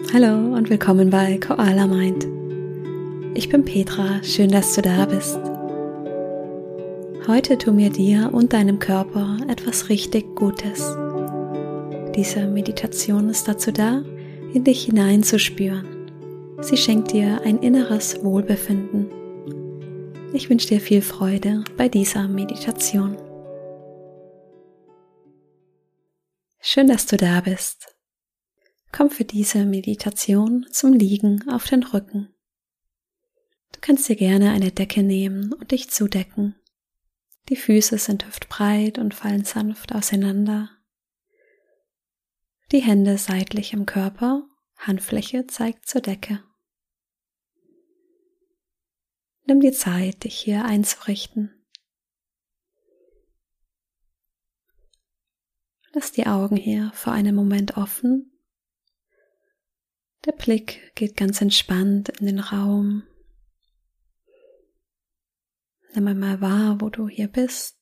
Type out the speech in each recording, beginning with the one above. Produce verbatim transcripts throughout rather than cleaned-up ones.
Hallo und willkommen bei Koala Mind. Ich bin Petra, schön, dass du da bist. Heute tu mir dir und deinem Körper etwas richtig Gutes. Diese Meditation ist dazu da, in dich hineinzuspüren. Sie schenkt dir ein inneres Wohlbefinden. Ich wünsche dir viel Freude bei dieser Meditation. Schön, dass du da bist. Komm für diese Meditation zum Liegen auf den Rücken. Du kannst dir gerne eine Decke nehmen und dich zudecken. Die Füße sind hüftbreit und fallen sanft auseinander. Die Hände seitlich am Körper, Handfläche zeigt zur Decke. Nimm dir Zeit, dich hier einzurichten. Lass die Augen hier für einen Moment offen. Der Blick geht ganz entspannt in den Raum. Nimm einmal wahr, wo du hier bist.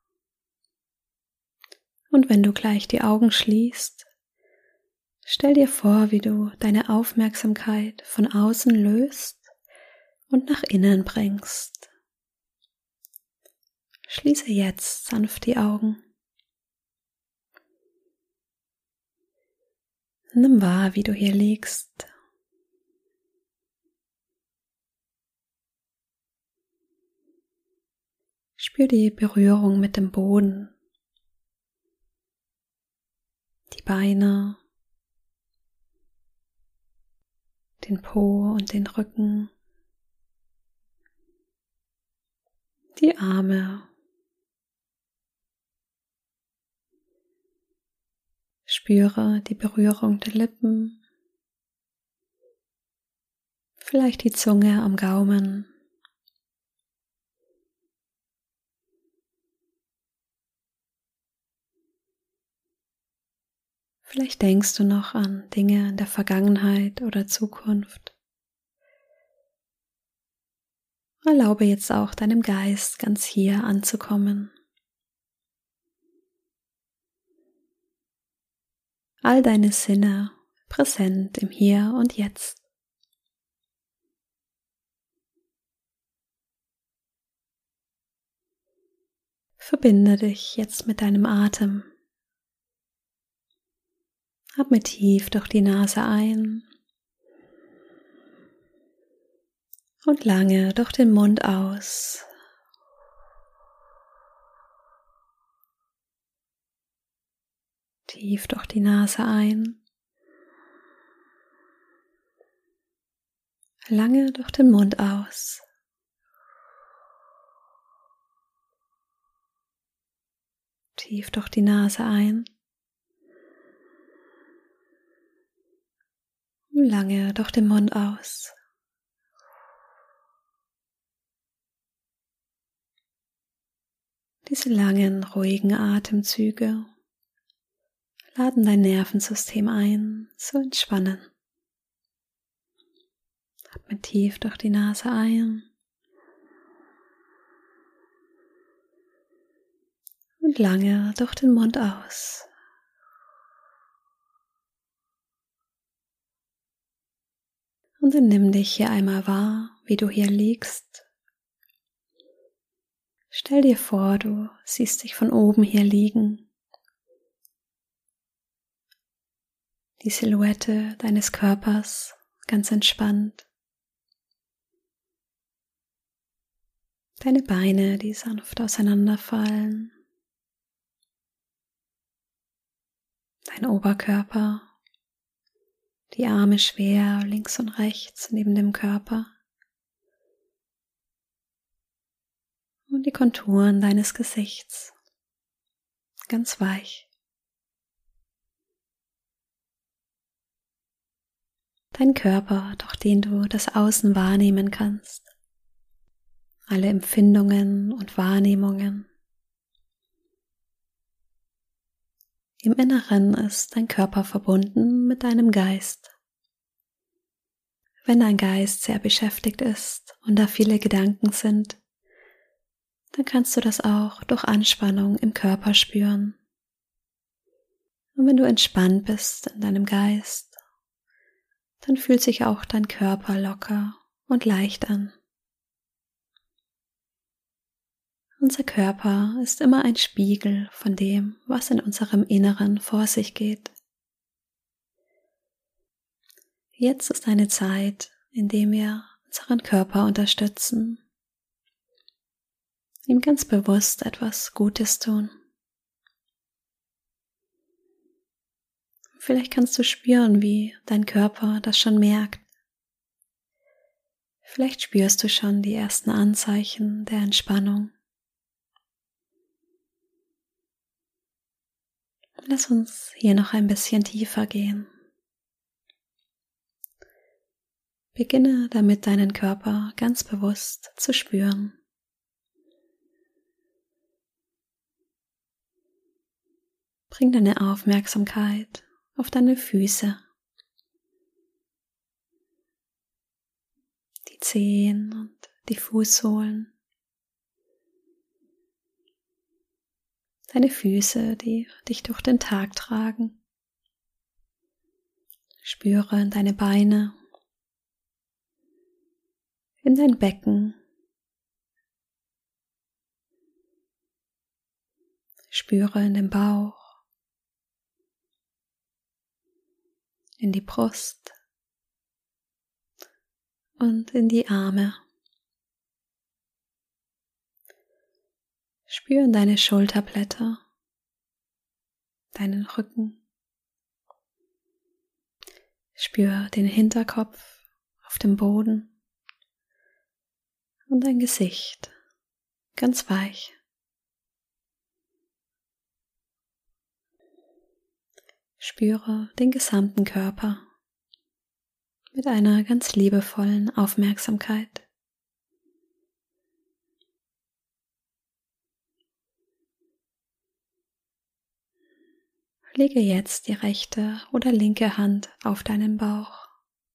Und wenn du gleich die Augen schließt, stell dir vor, wie du deine Aufmerksamkeit von außen löst und nach innen bringst. Schließe jetzt sanft die Augen. Nimm wahr, wie du hier liegst. Spür die Berührung mit dem Boden, die Beine, den Po und den Rücken, die Arme. Spüre die Berührung der Lippen, vielleicht die Zunge am Gaumen. Vielleicht denkst du noch an Dinge in der Vergangenheit oder Zukunft. Erlaube jetzt auch deinem Geist ganz hier anzukommen. All deine Sinne präsent im Hier und Jetzt. Verbinde dich jetzt mit deinem Atem. Atme tief durch die Nase ein und lange durch den Mund aus. Tief durch die Nase ein, lange durch den Mund aus. Tief durch die Nase ein, lange durch den Mund aus. Diese langen, ruhigen Atemzüge laden dein Nervensystem ein, zu entspannen. Atme tief durch die Nase ein und lange durch den Mund aus. Und dann nimm dich hier einmal wahr, wie du hier liegst. Stell dir vor, du siehst dich von oben hier liegen. Die Silhouette deines Körpers ganz entspannt. Deine Beine, die sanft auseinanderfallen. Dein Oberkörper. Die Arme schwer links und rechts neben dem Körper. Und die Konturen deines Gesichts. Ganz weich. Dein Körper, durch den du das Außen wahrnehmen kannst. Alle Empfindungen und Wahrnehmungen. Im Inneren ist dein Körper verbunden mit deinem Geist. Wenn dein Geist sehr beschäftigt ist und da viele Gedanken sind, dann kannst du das auch durch Anspannung im Körper spüren. Und wenn du entspannt bist in deinem Geist, dann fühlt sich auch dein Körper locker und leicht an. Unser Körper ist immer ein Spiegel von dem, was in unserem Inneren vor sich geht. Jetzt ist eine Zeit, in der wir unseren Körper unterstützen, ihm ganz bewusst etwas Gutes tun. Vielleicht kannst du spüren, wie dein Körper das schon merkt. Vielleicht spürst du schon die ersten Anzeichen der Entspannung. Lass uns hier noch ein bisschen tiefer gehen. Beginne damit, deinen Körper ganz bewusst zu spüren. Bring deine Aufmerksamkeit auf deine Füße, die Zehen und die Fußsohlen. Deine Füße, die dich durch den Tag tragen. Spüre in deine Beine, in dein Becken. Spüre in den Bauch, in die Brust und in die Arme. Spüre in deine Schulterblätter, deinen Rücken. Spüre den Hinterkopf auf dem Boden und dein Gesicht ganz weich. Spüre den gesamten Körper mit einer ganz liebevollen Aufmerksamkeit. Lege jetzt die rechte oder linke Hand auf deinen Bauch.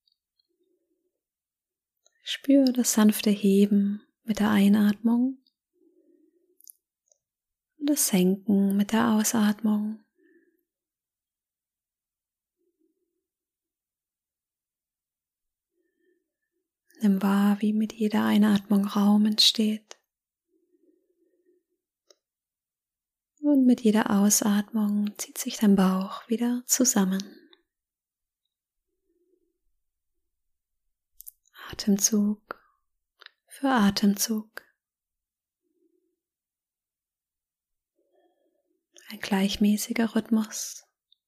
Spüre das sanfte Heben mit der Einatmung und das Senken mit der Ausatmung. Nimm wahr, wie mit jeder Einatmung Raum entsteht. Und mit jeder Ausatmung zieht sich dein Bauch wieder zusammen. Atemzug für Atemzug. Ein gleichmäßiger Rhythmus.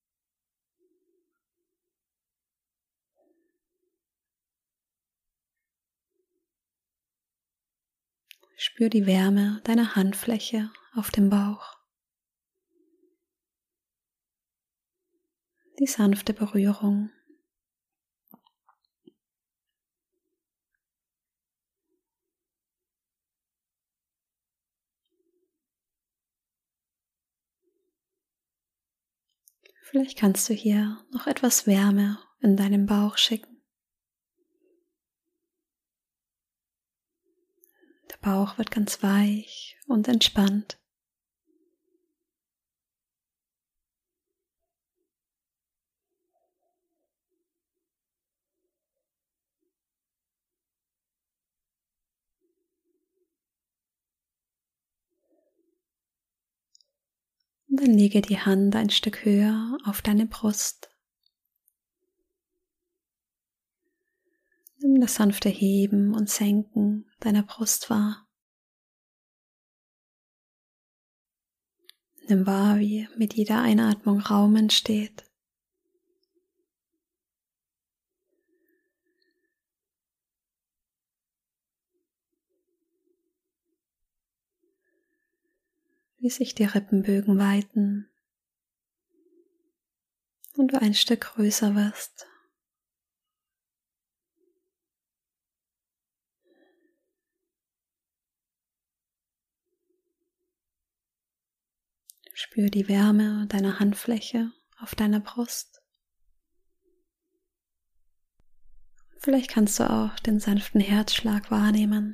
Spür die Wärme deiner Handfläche auf dem Bauch. Die sanfte Berührung. Vielleicht kannst du hier noch etwas Wärme in deinen Bauch schicken. Der Bauch wird ganz weich und entspannt. Und dann lege die Hand ein Stück höher auf deine Brust. Nimm das sanfte Heben und Senken deiner Brust wahr. Nimm wahr, wie mit jeder Einatmung Raum entsteht. Wie sich die Rippenbögen weiten und du ein Stück größer wirst. Spür die Wärme deiner Handfläche auf deiner Brust. Vielleicht kannst du auch den sanften Herzschlag wahrnehmen.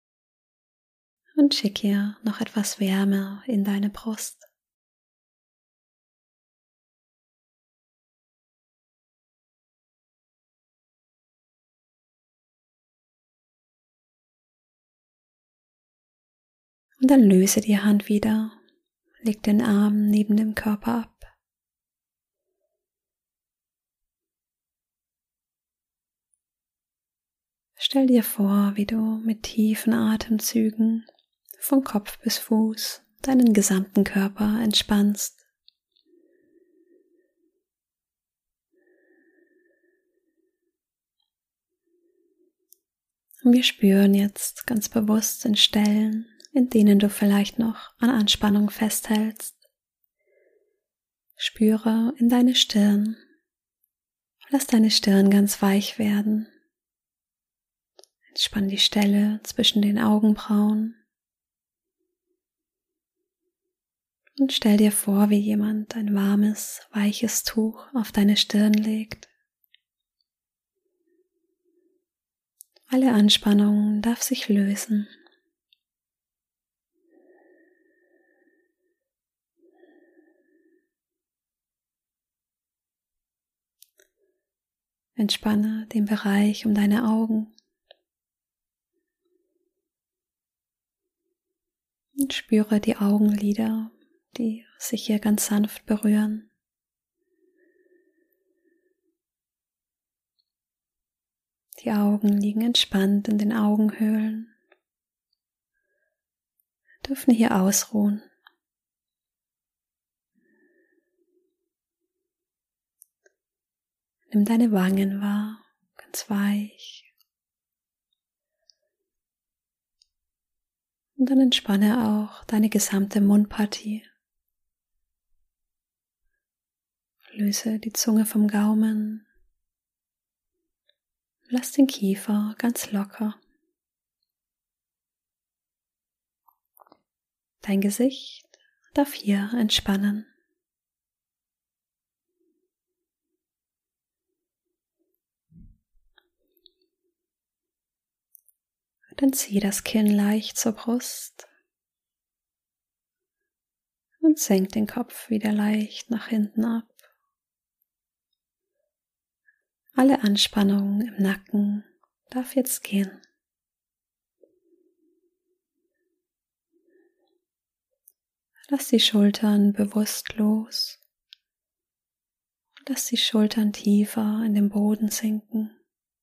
Und schick hier noch etwas Wärme in deine Brust. Und dann löse die Hand wieder, leg den Arm neben dem Körper ab. Stell dir vor, wie du mit tiefen Atemzügen von Kopf bis Fuß deinen gesamten Körper entspannst. Und wir spüren jetzt ganz bewusst in Stellen, in denen du vielleicht noch an Anspannung festhältst. Spüre in deine Stirn. Lass deine Stirn ganz weich werden. Entspann die Stelle zwischen den Augenbrauen. Und stell dir vor, wie jemand ein warmes, weiches Tuch auf deine Stirn legt. Alle Anspannung darf sich lösen. Entspanne den Bereich um deine Augen. Und spüre die Augenlider, die sich hier ganz sanft berühren. Die Augen liegen entspannt in den Augenhöhlen, dürfen hier ausruhen. Nimm deine Wangen wahr, ganz weich. Und dann entspanne auch deine gesamte Mundpartie. Löse die Zunge vom Gaumen. Lass den Kiefer ganz locker. Dein Gesicht darf hier entspannen. Dann zieh das Kinn leicht zur Brust und senk den Kopf wieder leicht nach hinten ab. Alle Anspannung im Nacken darf jetzt gehen. Lass die Schultern bewusst los. Lass die Schultern tiefer in den Boden sinken.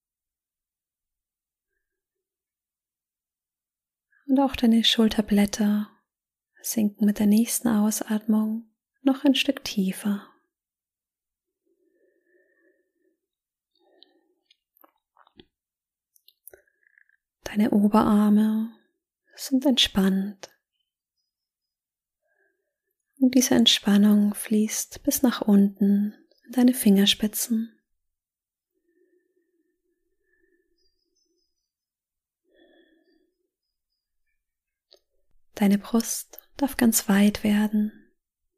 Und auch deine Schulterblätter sinken mit der nächsten Ausatmung noch ein Stück tiefer. Deine Oberarme sind entspannt. Und diese Entspannung fließt bis nach unten in deine Fingerspitzen. Deine Brust darf ganz weit werden,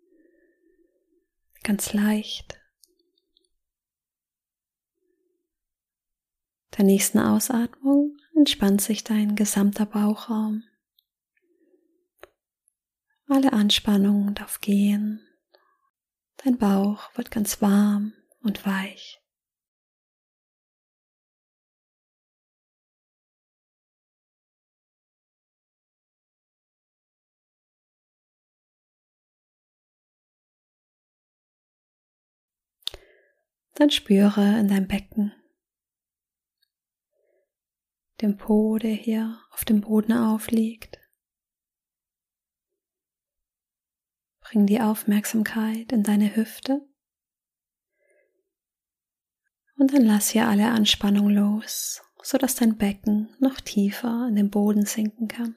ganz leicht. Der nächsten Ausatmung entspannt sich dein gesamter Bauchraum. Alle Anspannung darf gehen. Dein Bauch wird ganz warm und weich. Dann spüre in dein Becken, den Po, der hier auf dem Boden aufliegt. Bring die Aufmerksamkeit in deine Hüfte und dann lass hier alle Anspannung los, sodass dein Becken noch tiefer in den Boden sinken kann.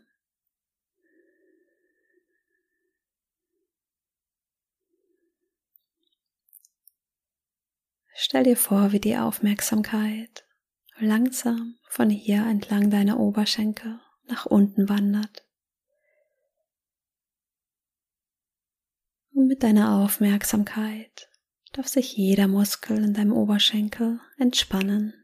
Stell dir vor, wie die Aufmerksamkeit langsam von hier entlang deiner Oberschenkel nach unten wandert. Und mit deiner Aufmerksamkeit darf sich jeder Muskel in deinem Oberschenkel entspannen.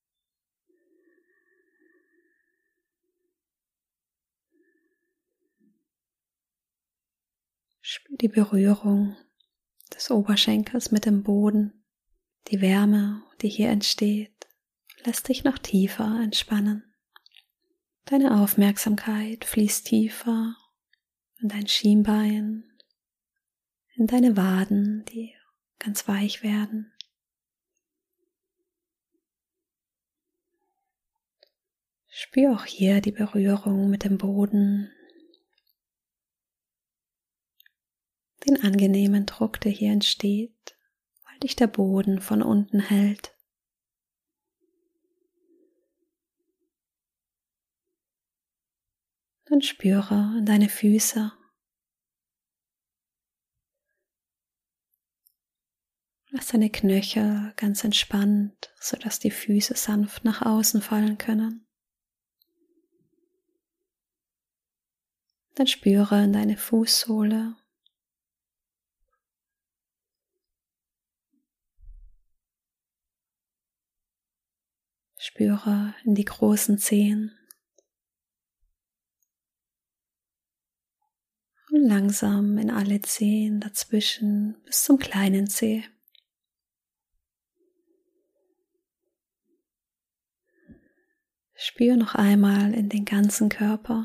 Spür die Berührung des Oberschenkels mit dem Boden. Die Wärme, die hier entsteht, lässt dich noch tiefer entspannen. Deine Aufmerksamkeit fließt tiefer in dein Schienbein, in deine Waden, die ganz weich werden. Spür auch hier die Berührung mit dem Boden, den angenehmen Druck, der hier entsteht, weil dich der Boden von unten hält. Dann spüre in deine Füße. Lass deine Knöchel ganz entspannt, sodass die Füße sanft nach außen fallen können. Dann spüre in deine Fußsohle. Spüre in die großen Zehen. Und langsam in alle Zehen dazwischen bis zum kleinen Zeh. Spür noch einmal in den ganzen Körper.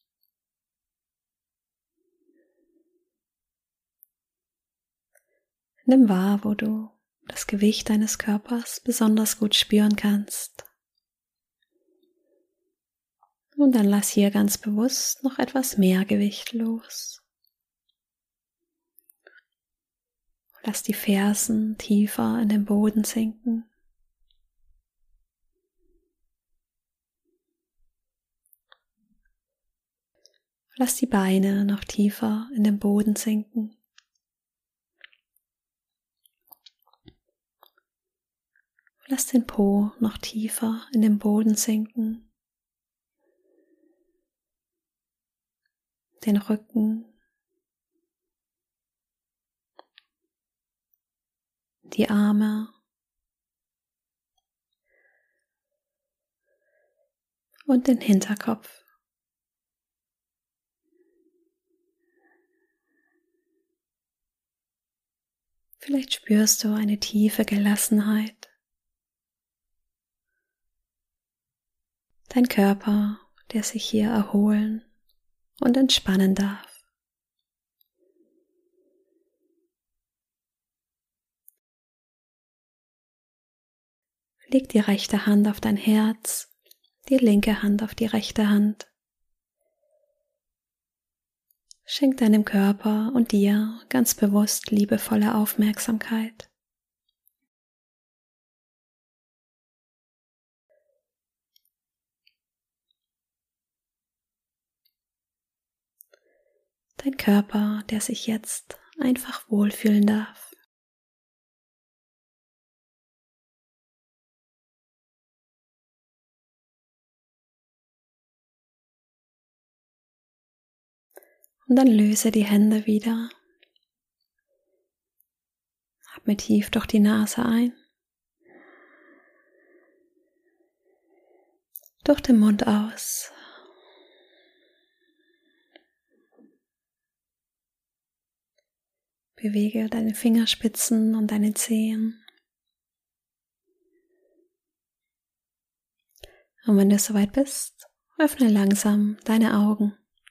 Nimm wahr, wo du das Gewicht deines Körpers besonders gut spüren kannst. Und dann lass hier ganz bewusst noch etwas mehr Gewicht los. Lass die Fersen tiefer in den Boden sinken. Lass die Beine noch tiefer in den Boden sinken. Lass den Po noch tiefer in den Boden sinken. Den Rücken. Die Arme. Und den Hinterkopf. Vielleicht spürst du eine tiefe Gelassenheit. Dein Körper, der sich hier erholen und entspannen darf. Leg die rechte Hand auf dein Herz, die linke Hand auf die rechte Hand. Schenk deinem Körper und dir ganz bewusst liebevolle Aufmerksamkeit. Dein Körper, der sich jetzt einfach wohlfühlen darf. Und dann löse die Hände wieder. Atme tief durch die Nase ein. Durch den Mund aus. Bewege deine Fingerspitzen und deine Zehen. Und wenn du soweit bist, öffne langsam deine Augen.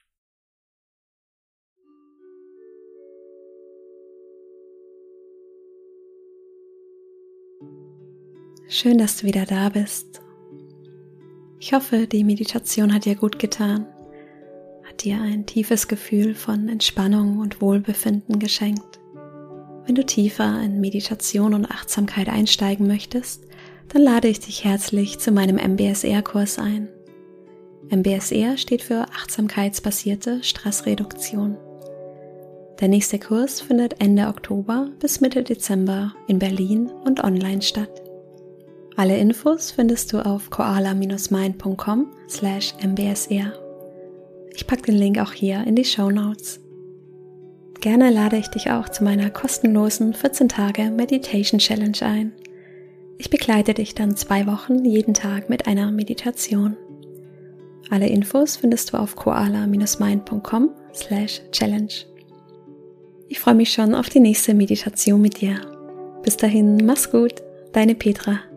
Schön, dass du wieder da bist. Ich hoffe, die Meditation hat dir gut getan, hat dir ein tiefes Gefühl von Entspannung und Wohlbefinden geschenkt. Wenn du tiefer in Meditation und Achtsamkeit einsteigen möchtest, dann lade ich dich herzlich zu meinem M B S R-Kurs ein. M B S R steht für achtsamkeitsbasierte Stressreduktion. Der nächste Kurs findet Ende Oktober bis Mitte Dezember in Berlin und online statt. Alle Infos findest du auf koala Bindestrich mind Punkt com slash M B S R. Ich packe den Link auch hier in die Shownotes. Gerne lade ich dich auch zu meiner kostenlosen vierzehn Tage Meditation Challenge ein. Ich begleite dich dann zwei Wochen jeden Tag mit einer Meditation. Alle Infos findest du auf koala Bindestrich mind Punkt com slash challenge. Ich freue mich schon auf die nächste Meditation mit dir. Bis dahin, mach's gut, deine Petra.